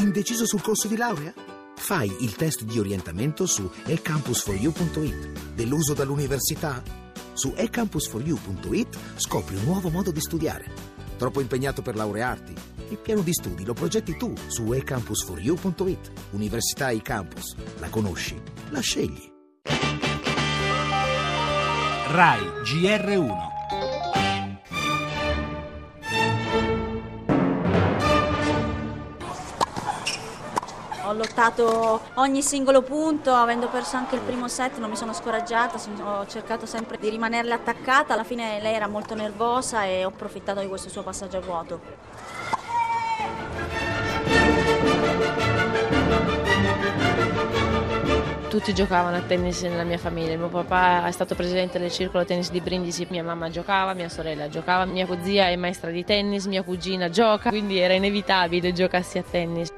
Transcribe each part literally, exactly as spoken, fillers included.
Indeciso sul corso di laurea? Fai il test di orientamento su e campus for you punto it. Deluso dall'università? Su e campus for you punto it scopri un nuovo modo di studiare. Troppo impegnato per laurearti? Il piano di studi lo progetti tu su e campus for you punto it. Università eCampus. La conosci? La scegli. Rai G R uno. Ho lottato ogni singolo punto, avendo perso anche il primo set non mi sono scoraggiata, ho cercato sempre di rimanerle attaccata, alla fine lei era molto nervosa e ho approfittato di questo suo passaggio a vuoto. Tutti giocavano a tennis nella mia famiglia, il mio papà è stato presidente del circolo tennis di Brindisi, mia mamma giocava, mia sorella giocava, mia zia è maestra di tennis, mia cugina gioca, quindi era inevitabile giocassi a tennis.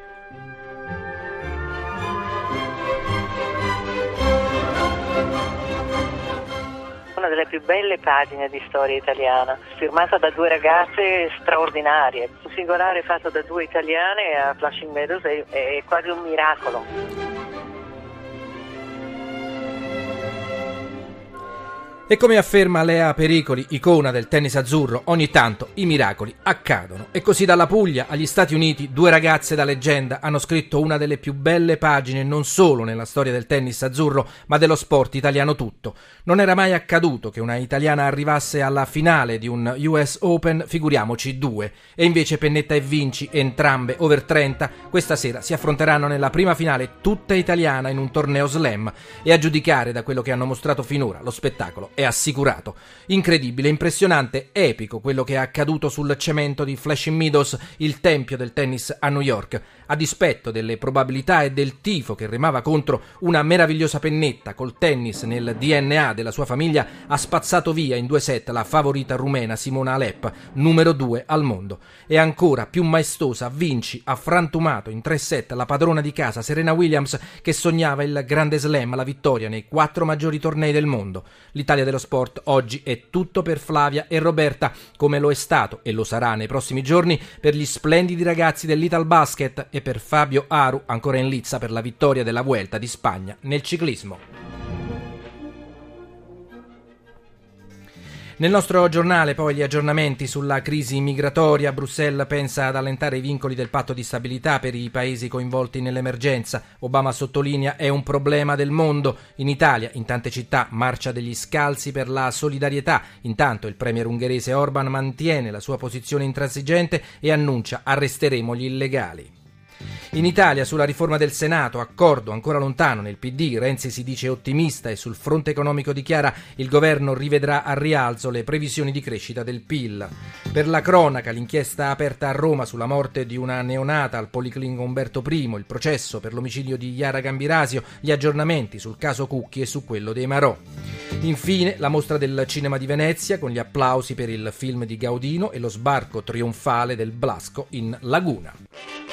Una delle più belle pagine di storia italiana, firmata da due ragazze straordinarie, un singolare fatto da due italiane a Flushing Meadows è, è quasi un miracolo. E come afferma Lea Pericoli, icona del tennis azzurro, ogni tanto i miracoli accadono. E così dalla Puglia agli Stati Uniti due ragazze da leggenda hanno scritto una delle più belle pagine non solo nella storia del tennis azzurro, ma dello sport italiano tutto. Non era mai accaduto che una italiana arrivasse alla finale di un U S Open, figuriamoci due. E invece Pennetta e Vinci, entrambe over trenta, questa sera si affronteranno nella prima finale tutta italiana in un torneo slam. E a giudicare da quello che hanno mostrato finora, lo spettacolo è assicurato. Incredibile, impressionante, epico quello che è accaduto sul cemento di Flushing Meadows, il tempio del tennis a New York. A dispetto delle probabilità e del tifo che remava contro, una meravigliosa Pennetta col tennis nel D N A della sua famiglia ha spazzato via in due set la favorita rumena Simona Halep, numero due al mondo. E ancora più maestosa, Vinci ha frantumato in tre set la padrona di casa Serena Williams, che sognava il grande slam, la vittoria nei quattro maggiori tornei del mondo. L'Italia dello sport oggi è tutto per Flavia e Roberta, come lo è stato e lo sarà nei prossimi giorni per gli splendidi ragazzi dell'Italbasket e per Fabio Aru, ancora in lizza per la vittoria della Vuelta di Spagna nel ciclismo. Nel nostro giornale poi gli aggiornamenti sulla crisi migratoria. Bruxelles pensa ad allentare i vincoli del patto di stabilità per i paesi coinvolti nell'emergenza. Obama sottolinea: è un problema del mondo. In Italia, in tante città, marcia degli scalzi per la solidarietà. Intanto il premier ungherese Orban mantiene la sua posizione intransigente e annuncia: arresteremo gli illegali. In Italia, sulla riforma del Senato, accordo ancora lontano. Nel P D Renzi si dice ottimista e sul fronte economico dichiara: il governo rivedrà a rialzo le previsioni di crescita del P I L. Per la cronaca, l'inchiesta aperta a Roma sulla morte di una neonata al Policlinico Umberto I, il processo per l'omicidio di Chiara Gambirasio, gli aggiornamenti sul caso Cucchi e su quello dei Marò. Infine, la mostra del cinema di Venezia con gli applausi per il film di Gaudino e lo sbarco trionfale del Blasco in laguna.